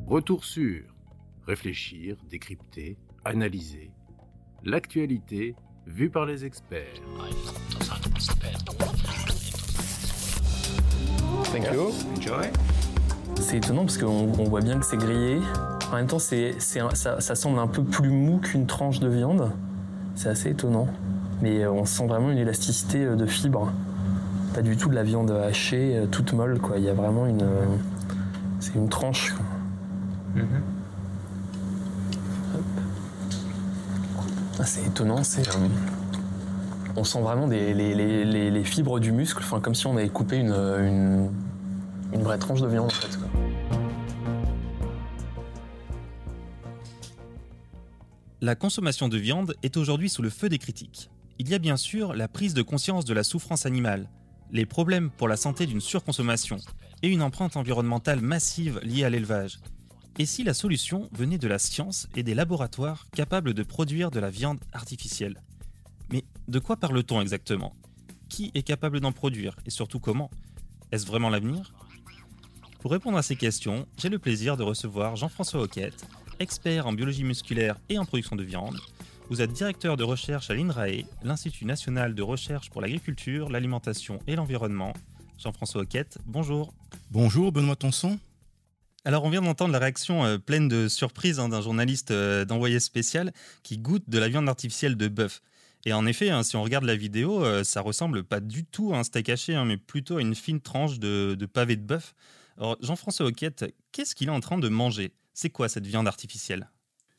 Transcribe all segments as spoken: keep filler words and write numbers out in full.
Retour sur réfléchir, décrypter, analyser l'actualité vue par les experts. Thank you. Enjoy. C'est étonnant parce qu'on on voit bien que c'est grillé. En même temps, c'est, c'est un, ça, ça semble un peu plus mou qu'une tranche de viande. C'est assez étonnant. Mais on sent vraiment une élasticité de fibres. Pas du tout de la viande hachée, toute molle, quoi. Il y a vraiment une... C'est une tranche, quoi. Mm-hmm. Ah, c'est étonnant, c'est... Euh, on sent vraiment des, les, les, les, les fibres du muscle, enfin, comme si on avait coupé une, une, une vraie tranche de viande, en fait, quoi. La consommation de viande est aujourd'hui sous le feu des critiques. Il y a bien sûr la prise de conscience de la souffrance animale, les problèmes pour la santé d'une surconsommation et une empreinte environnementale massive liée à l'élevage. Et si la solution venait de la science et des laboratoires capables de produire de la viande artificielle ? Mais de quoi parle-t-on exactement ? Qui est capable d'en produire et surtout comment ? Est-ce vraiment l'avenir ? Pour répondre à ces questions, j'ai le plaisir de recevoir Jean-François Hoquette, expert en biologie musculaire et en production de viande. Vous êtes directeur de recherche à l'I N R A E, l'Institut national de recherche pour l'agriculture, l'alimentation et l'environnement. Jean-François Hoquette, bonjour. Bonjour, Benoît Tonson. Alors on vient d'entendre la réaction euh, pleine de surprise hein, d'un journaliste euh, d'Envoyé spécial qui goûte de la viande artificielle de bœuf. Et en effet, hein, si on regarde la vidéo, euh, ça ressemble pas du tout à un steak haché, hein, mais plutôt à une fine tranche de, de pavé de bœuf. Alors Jean-François Hoquette, qu'est-ce qu'il est en train de manger ? C'est quoi cette viande artificielle ?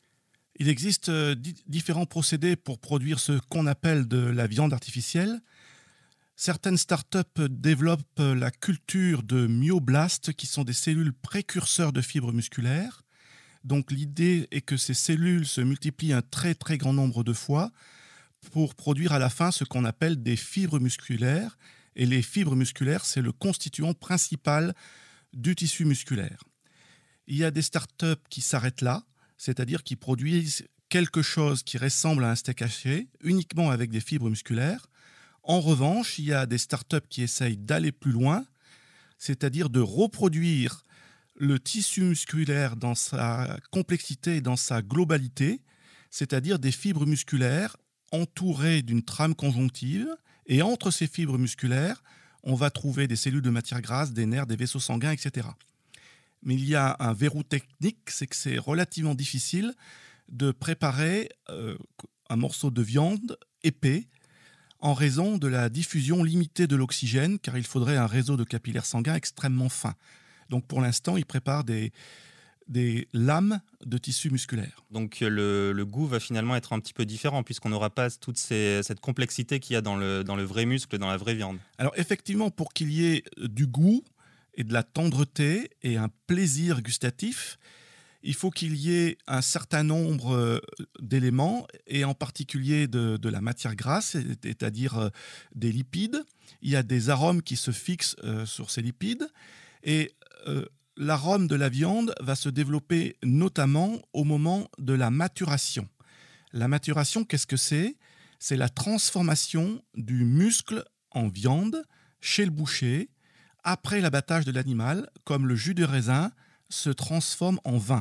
Il existe euh, di- différents procédés pour produire ce qu'on appelle de la viande artificielle. Certaines startups développent la culture de myoblastes, qui sont des cellules précurseurs de fibres musculaires. Donc l'idée est que ces cellules se multiplient un très très grand nombre de fois pour produire à la fin ce qu'on appelle des fibres musculaires. Et les fibres musculaires, c'est le constituant principal du tissu musculaire. Il y a des startups qui s'arrêtent là, c'est-à-dire qui produisent quelque chose qui ressemble à un steak haché, uniquement avec des fibres musculaires. En revanche, il y a des startups qui essayent d'aller plus loin, c'est-à-dire de reproduire le tissu musculaire dans sa complexité et dans sa globalité, c'est-à-dire des fibres musculaires entourées d'une trame conjonctive, et entre ces fibres musculaires, on va trouver des cellules de matière grasse, des nerfs, des vaisseaux sanguins, et cetera. Mais il y a un verrou technique, c'est que c'est relativement difficile de préparer euh, un morceau de viande épais en raison de la diffusion limitée de l'oxygène, car il faudrait un réseau de capillaires sanguins extrêmement fin. Donc pour l'instant, ils préparent des, des lames de tissu musculaire. Donc le, le goût va finalement être un petit peu différent puisqu'on n'aura pas toute ces, cette complexité qu'il y a dans le, dans le vrai muscle, dans la vraie viande. Alors effectivement, pour qu'il y ait du goût et de la tendreté et un plaisir gustatif, il faut qu'il y ait un certain nombre d'éléments, et en particulier de, de la matière grasse, c'est-à-dire des lipides. Il y a des arômes qui se fixent euh, sur ces lipides, et euh, l'arôme de la viande va se développer notamment au moment de la maturation. La maturation, qu'est-ce que c'est ? C'est la transformation du muscle en viande chez le boucher, après l'abattage de l'animal, comme le jus de raisin se transforme en vin.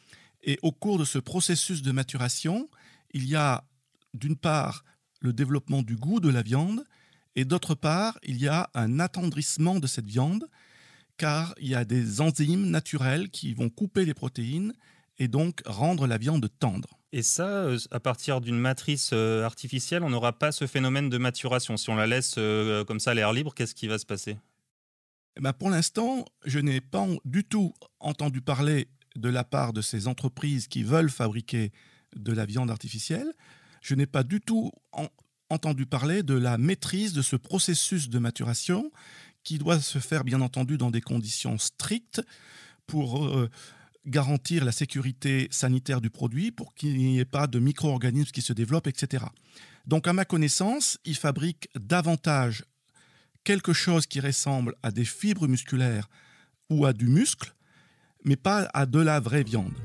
Et au cours de ce processus de maturation, il y a d'une part le développement du goût de la viande, et d'autre part, il y a un attendrissement de cette viande, car il y a des enzymes naturelles qui vont couper les protéines et donc rendre la viande tendre. Et ça, à partir d'une matrice artificielle, on n'aura pas ce phénomène de maturation. Si on la laisse comme ça à l'air libre, qu'est-ce qui va se passer ? Eh bien, pour l'instant, je n'ai pas du tout entendu parler de la part de ces entreprises qui veulent fabriquer de la viande artificielle. Je n'ai pas du tout en, entendu parler de la maîtrise de ce processus de maturation qui doit se faire, bien entendu, dans des conditions strictes pour euh, garantir la sécurité sanitaire du produit, pour qu'il n'y ait pas de micro-organismes qui se développent, et cetera. Donc, à ma connaissance, ils fabriquent davantage quelque chose qui ressemble à des fibres musculaires ou à du muscle, mais pas à de la vraie viande.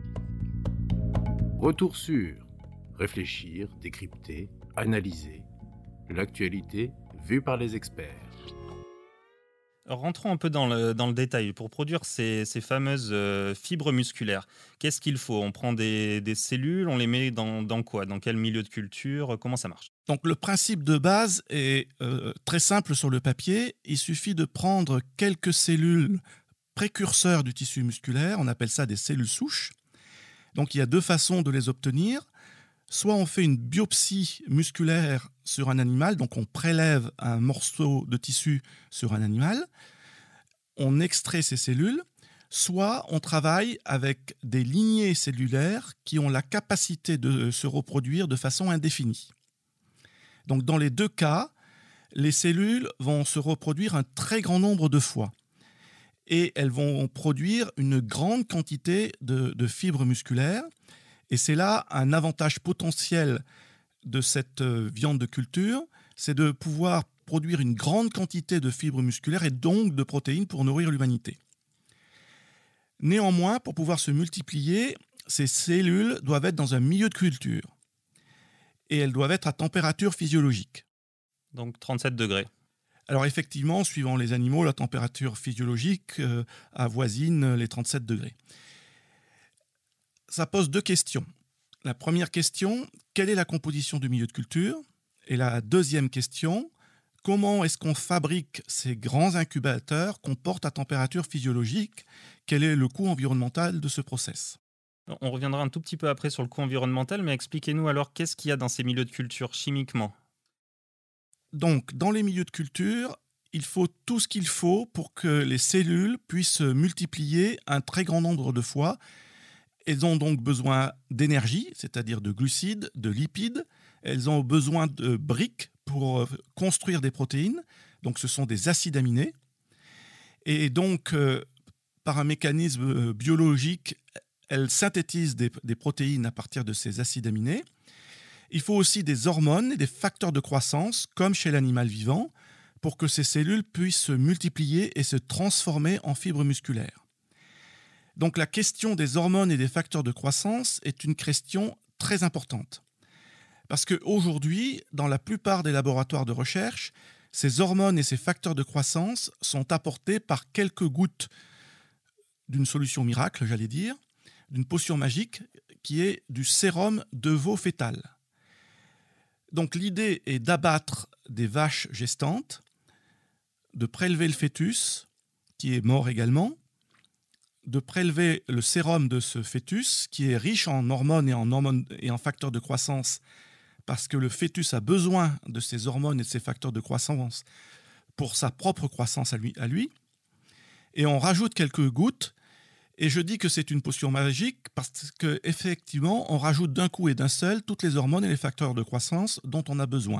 Retour sur réfléchir, décrypter, analyser l'actualité vue par les experts. Rentrons un peu dans le, dans le détail. Pour produire ces, ces fameuses euh, fibres musculaires, qu'est-ce qu'il faut? On prend des, des cellules, on les met dans, dans quoi? Dans quel milieu de culture? Comment ça marche? Donc le principe de base est euh, très simple sur le papier. Il suffit de prendre quelques cellules précurseurs du tissu musculaire, on appelle ça des cellules souches. Donc il y a deux façons de les obtenir. Soit on fait une biopsie musculaire sur un animal, donc on prélève un morceau de tissu sur un animal, on extrait ces cellules, soit on travaille avec des lignées cellulaires qui ont la capacité de se reproduire de façon indéfinie. Donc dans les deux cas, les cellules vont se reproduire un très grand nombre de fois et elles vont produire une grande quantité de, de fibres musculaires. Et c'est là un avantage potentiel de cette viande de culture, c'est de pouvoir produire une grande quantité de fibres musculaires et donc de protéines pour nourrir l'humanité. Néanmoins, pour pouvoir se multiplier, ces cellules doivent être dans un milieu de culture et elles doivent être à température physiologique. Donc trente-sept degrés. Alors effectivement, suivant les animaux, la température physiologique euh, avoisine les trente-sept degrés. Ça pose deux questions. La première question, quelle est la composition du milieu de culture? Et la deuxième question, comment est-ce qu'on fabrique ces grands incubateurs qu'on porte à température physiologique? Quel est le coût environnemental de ce process? On reviendra un tout petit peu après sur le coût environnemental, mais expliquez-nous alors qu'est-ce qu'il y a dans ces milieux de culture chimiquement? Donc, dans les milieux de culture, il faut tout ce qu'il faut pour que les cellules puissent se multiplier un très grand nombre de fois. Elles ont donc besoin d'énergie, c'est-à-dire de glucides, de lipides. Elles ont besoin de briques pour construire des protéines. Donc, ce sont des acides aminés. Et donc, euh, par un mécanisme biologique, elles synthétisent des, des protéines à partir de ces acides aminés. Il faut aussi des hormones et des facteurs de croissance, comme chez l'animal vivant, pour que ces cellules puissent se multiplier et se transformer en fibres musculaires. Donc la question des hormones et des facteurs de croissance est une question très importante. Parce qu'aujourd'hui, dans la plupart des laboratoires de recherche, ces hormones et ces facteurs de croissance sont apportés par quelques gouttes d'une solution miracle, j'allais dire, d'une potion magique qui est du sérum de veau fœtal. Donc l'idée est d'abattre des vaches gestantes, de prélever le fœtus, qui est mort également, de prélever le sérum de ce fœtus, qui est riche en hormones et en, hormones et en facteurs de croissance, parce que le fœtus a besoin de ces hormones et de ces facteurs de croissance pour sa propre croissance à lui. À lui. Et on rajoute quelques gouttes, et je dis que c'est une potion magique parce qu'effectivement, on rajoute d'un coup et d'un seul toutes les hormones et les facteurs de croissance dont on a besoin.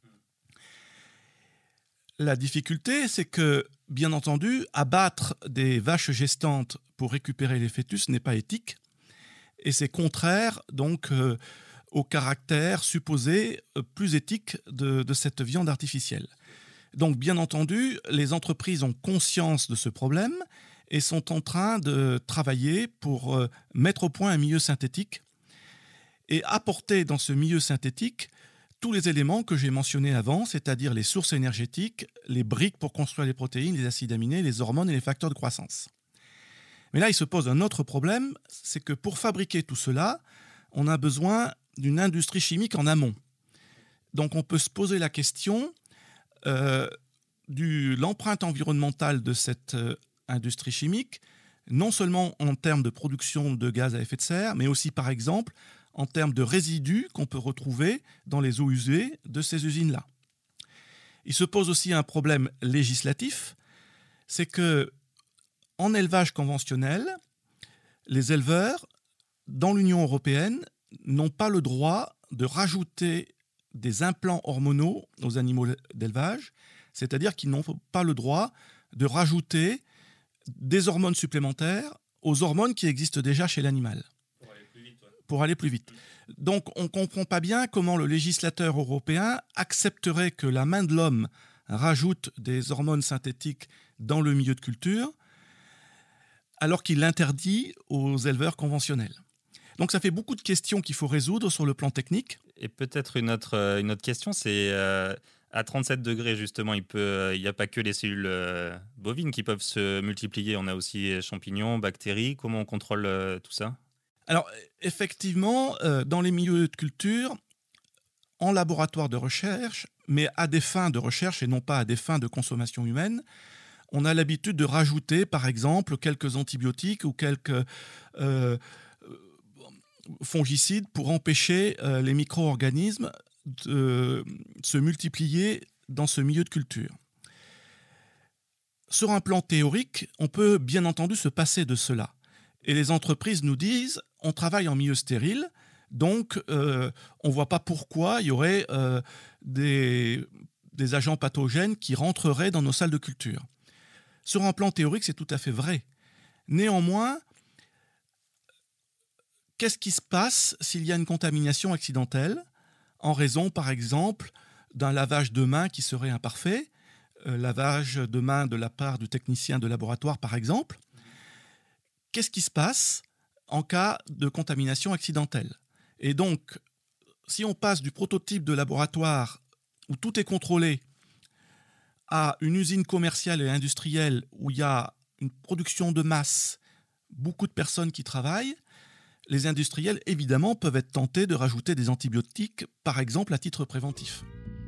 La difficulté, c'est que, bien entendu, abattre des vaches gestantes pour récupérer les fœtus n'est pas éthique, et c'est contraire donc euh, au caractère supposé euh, plus éthique de, de cette viande artificielle. Donc, bien entendu, les entreprises ont conscience de ce problème et sont en train de travailler pour euh, mettre au point un milieu synthétique et apporter dans ce milieu synthétique tous les éléments que j'ai mentionnés avant, c'est-à-dire les sources énergétiques, les briques pour construire les protéines, les acides aminés, les hormones et les facteurs de croissance. Mais là, il se pose un autre problème, c'est que pour fabriquer tout cela, on a besoin d'une industrie chimique en amont. Donc on peut se poser la question euh, de l'empreinte environnementale de cette euh, industrie chimique, non seulement en termes de production de gaz à effet de serre, mais aussi par exemple en termes de résidus qu'on peut retrouver dans les eaux usées de ces usines-là. Il se pose aussi un problème législatif, c'est que en élevage conventionnel, les éleveurs dans l'Union européenne n'ont pas le droit de rajouter des implants hormonaux aux animaux d'élevage, c'est-à-dire qu'ils n'ont pas le droit de rajouter des hormones supplémentaires aux hormones qui existent déjà chez l'animal. Pour aller plus vite. Ouais. Pour aller plus vite. Donc on ne comprend pas bien comment le législateur européen accepterait que la main de l'homme rajoute des hormones synthétiques dans le milieu de culture, alors qu'il l'interdit aux éleveurs conventionnels. Donc ça fait beaucoup de questions qu'il faut résoudre sur le plan technique. Et peut-être une autre, une autre question, c'est euh, À trente-sept degrés, justement, il peut, il n'y a pas que les cellules euh, bovines qui peuvent se multiplier. On a aussi champignons, bactéries. Comment on contrôle euh, tout ça? Alors, effectivement, euh, dans les milieux de culture, en laboratoire de recherche, mais à des fins de recherche et non pas à des fins de consommation humaine, on a l'habitude de rajouter, par exemple, quelques antibiotiques ou quelques euh, fongicides pour empêcher euh, les micro-organismes de se multiplier dans ce milieu de culture. Sur un plan théorique, on peut bien entendu se passer de cela. Et les entreprises nous disent, on travaille en milieu stérile, donc euh, on ne voit pas pourquoi il y aurait euh, des, des agents pathogènes qui rentreraient dans nos salles de culture. Sur un plan théorique, c'est tout à fait vrai. Néanmoins, qu'est-ce qui se passe s'il y a une contamination accidentelle en raison, par exemple, d'un lavage de mains qui serait imparfait, euh, lavage de mains de la part du technicien de laboratoire, par exemple? Qu'est-ce qui se passe en cas de contamination accidentelle? Et donc, si on passe du prototype de laboratoire où tout est contrôlé à une usine commerciale et industrielle où il y a une production de masse, beaucoup de personnes qui travaillent, les industriels, évidemment, peuvent être tentés de rajouter des antibiotiques, par exemple à titre préventif.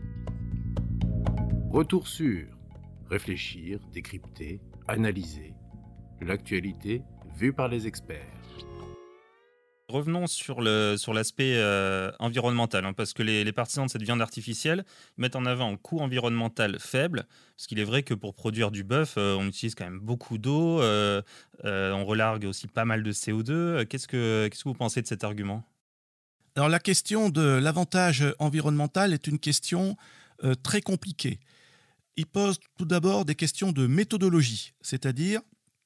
Retour sur réfléchir, décrypter, analyser. L'actualité vue par les experts. Revenons sur, le, sur l'aspect euh, environnemental, hein, parce que les, les partisans de cette viande artificielle mettent en avant un coût environnemental faible, parce qu'il est vrai que pour produire du bœuf, euh, on utilise quand même beaucoup d'eau, euh, euh, on relargue aussi pas mal de C O deux. Qu'est-ce que, qu'est-ce que vous pensez de cet argument? Alors la question de l'avantage environnemental est une question euh, très compliquée. Il pose tout d'abord des questions de méthodologie, c'est-à-dire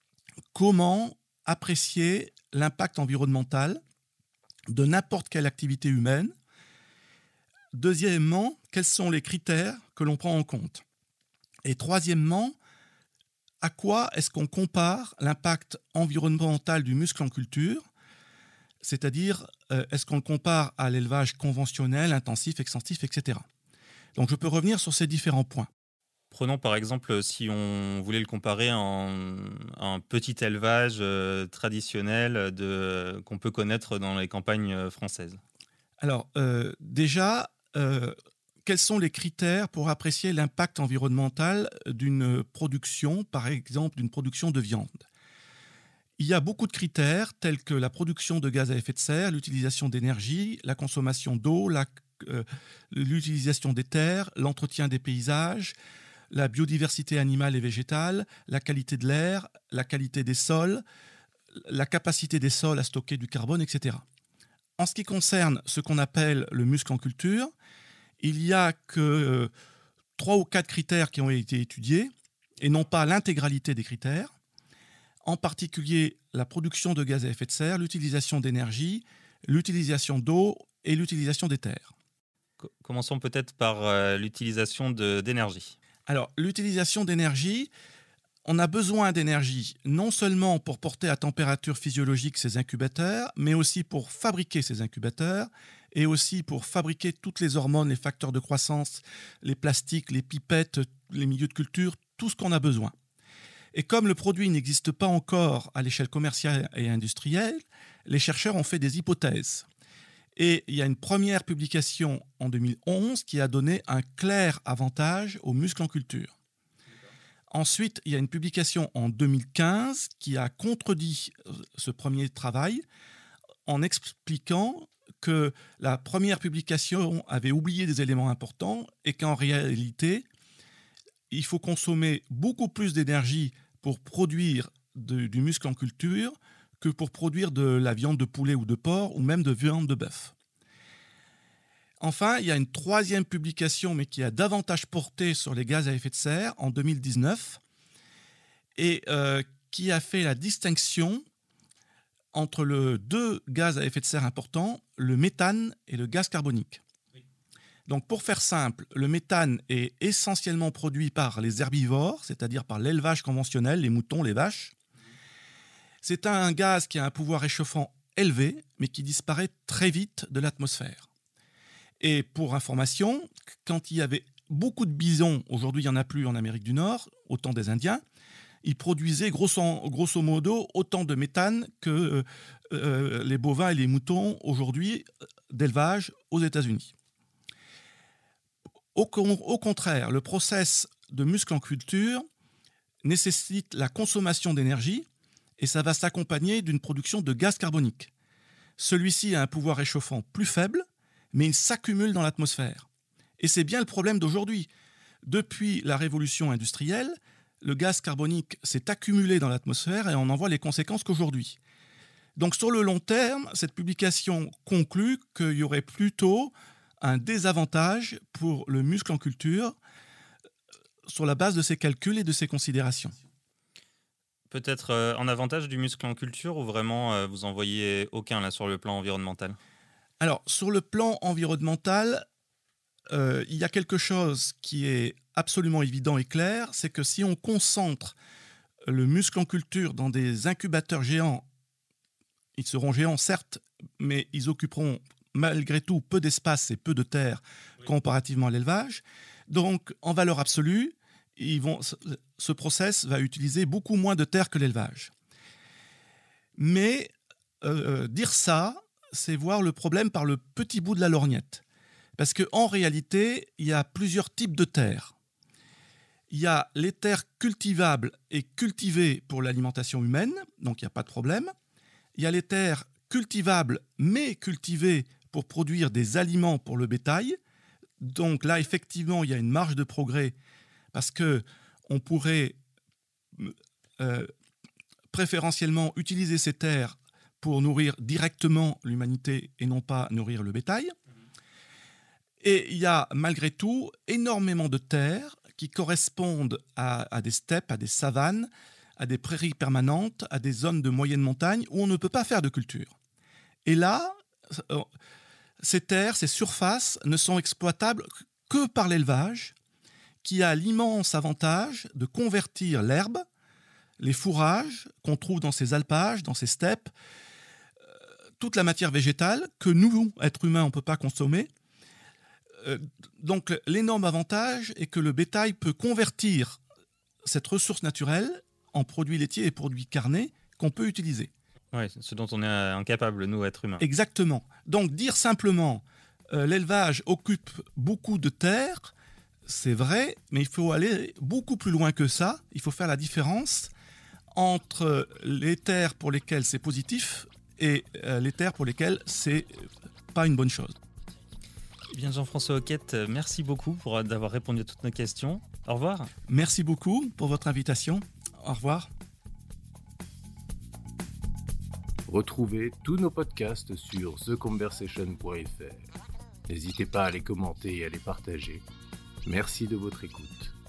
comment apprécier l'impact environnemental de n'importe quelle activité humaine. Deuxièmement, quels sont les critères que l'on prend en compte? Et troisièmement, à quoi est-ce qu'on compare l'impact environnemental du muscle en culture? C'est-à-dire, euh, est-ce qu'on le compare à l'élevage conventionnel, intensif, extensif, et cetera. Donc je peux revenir sur ces différents points. Prenons par exemple, si on voulait le comparer en un petit élevage euh, traditionnel de, qu'on peut connaître dans les campagnes françaises. Alors, euh, déjà, euh, quels sont les critères pour apprécier l'impact environnemental d'une production, par exemple d'une production de viande? Il y a beaucoup de critères tels que la production de gaz à effet de serre, l'utilisation d'énergie, la consommation d'eau, la, euh, l'utilisation des terres, l'entretien des paysages, la biodiversité animale et végétale, la qualité de l'air, la qualité des sols, la capacité des sols à stocker du carbone, et cetera. En ce qui concerne ce qu'on appelle le muscle en culture, il n'y a que trois ou quatre critères qui ont été étudiés, et non pas l'intégralité des critères, en particulier la production de gaz à effet de serre, l'utilisation d'énergie, l'utilisation d'eau et l'utilisation des terres. Commençons peut-être par euh, l'utilisation de, d'énergie. Alors, l'utilisation d'énergie, on a besoin d'énergie non seulement pour porter à température physiologique ces incubateurs, mais aussi pour fabriquer ces incubateurs et aussi pour fabriquer toutes les hormones, les facteurs de croissance, les plastiques, les pipettes, les milieux de culture, tout ce qu'on a besoin. Et comme le produit n'existe pas encore à l'échelle commerciale et industrielle, les chercheurs ont fait des hypothèses. Et il y a une première publication en deux mille onze qui a donné un clair avantage aux muscles en culture. Ensuite, il y a une publication en deux mille quinze qui a contredit ce premier travail en expliquant que la première publication avait oublié des éléments importants et qu'en réalité, il faut consommer beaucoup plus d'énergie pour produire de, du muscle en culture que pour produire de la viande de poulet ou de porc ou même de viande de bœuf. Enfin, il y a une troisième publication, mais qui a davantage porté sur les gaz à effet de serre en deux mille dix-neuf et euh, qui a fait la distinction entre les deux gaz à effet de serre importants, le méthane et le gaz carbonique. Oui. Donc, pour faire simple, le méthane est essentiellement produit par les herbivores, c'est-à-dire par l'élevage conventionnel, les moutons, les vaches. C'est un gaz qui a un pouvoir réchauffant élevé, mais qui disparaît très vite de l'atmosphère. Et pour information, quand il y avait beaucoup de bisons, aujourd'hui il n'y en a plus en Amérique du Nord, au temps des Indiens. Ils produisaient grosso, grosso modo autant de méthane que euh, euh, les bovins et les moutons aujourd'hui d'élevage aux États-Unis. Au, au contraire, le process de muscle en culture nécessite la consommation d'énergie et ça va s'accompagner d'une production de gaz carbonique. Celui-ci a un pouvoir réchauffant plus faible, mais il s'accumule dans l'atmosphère. Et c'est bien le problème d'aujourd'hui. Depuis la révolution industrielle, le gaz carbonique s'est accumulé dans l'atmosphère et on en voit les conséquences qu'aujourd'hui. Donc sur le long terme, cette publication conclut qu'il y aurait plutôt un désavantage pour le muscle en culture sur la base de ces calculs et de ces considérations. Peut-être euh, un avantage du muscle en culture ou vraiment euh, vous en voyez aucun là, sur le plan environnemental ? Alors, sur le plan environnemental, euh, il y a quelque chose qui est absolument évident et clair, c'est que si on concentre le muscle en culture dans des incubateurs géants, ils seront géants certes, mais ils occuperont malgré tout peu d'espace et peu de terre oui. comparativement à l'élevage. Donc, en valeur absolue, ils vont, ce process va utiliser beaucoup moins de terre que l'élevage. Mais euh, dire ça, c'est voir le problème par le petit bout de la lorgnette. Parce qu'en réalité, il y a plusieurs types de terres. Il y a les terres cultivables et cultivées pour l'alimentation humaine, donc il n'y a pas de problème. Il y a les terres cultivables mais cultivées pour produire des aliments pour le bétail. Donc là, effectivement, il y a une marge de progrès parce qu'on pourrait euh, préférentiellement utiliser ces terres pour nourrir directement l'humanité et non pas nourrir le bétail. Et il y a malgré tout énormément de terres qui correspondent à, à des steppes, à des savanes, à des prairies permanentes, à des zones de moyenne montagne où on ne peut pas faire de culture. Et là, ces terres, ces surfaces ne sont exploitables que par l'élevage, qui a l'immense avantage de convertir l'herbe, les fourrages qu'on trouve dans ces alpages, dans ces steppes, toute la matière végétale que nous, êtres humains, on ne peut pas consommer. Donc l'énorme avantage est que le bétail peut convertir cette ressource naturelle en produits laitiers et produits carnés qu'on peut utiliser. Oui, ce dont on est incapable, nous, êtres humains. Exactement. Donc dire simplement euh, l'élevage occupe beaucoup de terre, c'est vrai, mais il faut aller beaucoup plus loin que ça. Il faut faire la différence entre les terres pour lesquelles c'est positif et euh, les terres pour lesquelles c'est pas une bonne chose. Eh bien, Jean-François Hoquette, merci beaucoup pour d'avoir répondu à toutes nos questions. Au revoir. Merci beaucoup pour votre invitation. Au revoir. Retrouvez tous nos podcasts sur the conversation point f r. N'hésitez pas à les commenter et à les partager. Merci de votre écoute.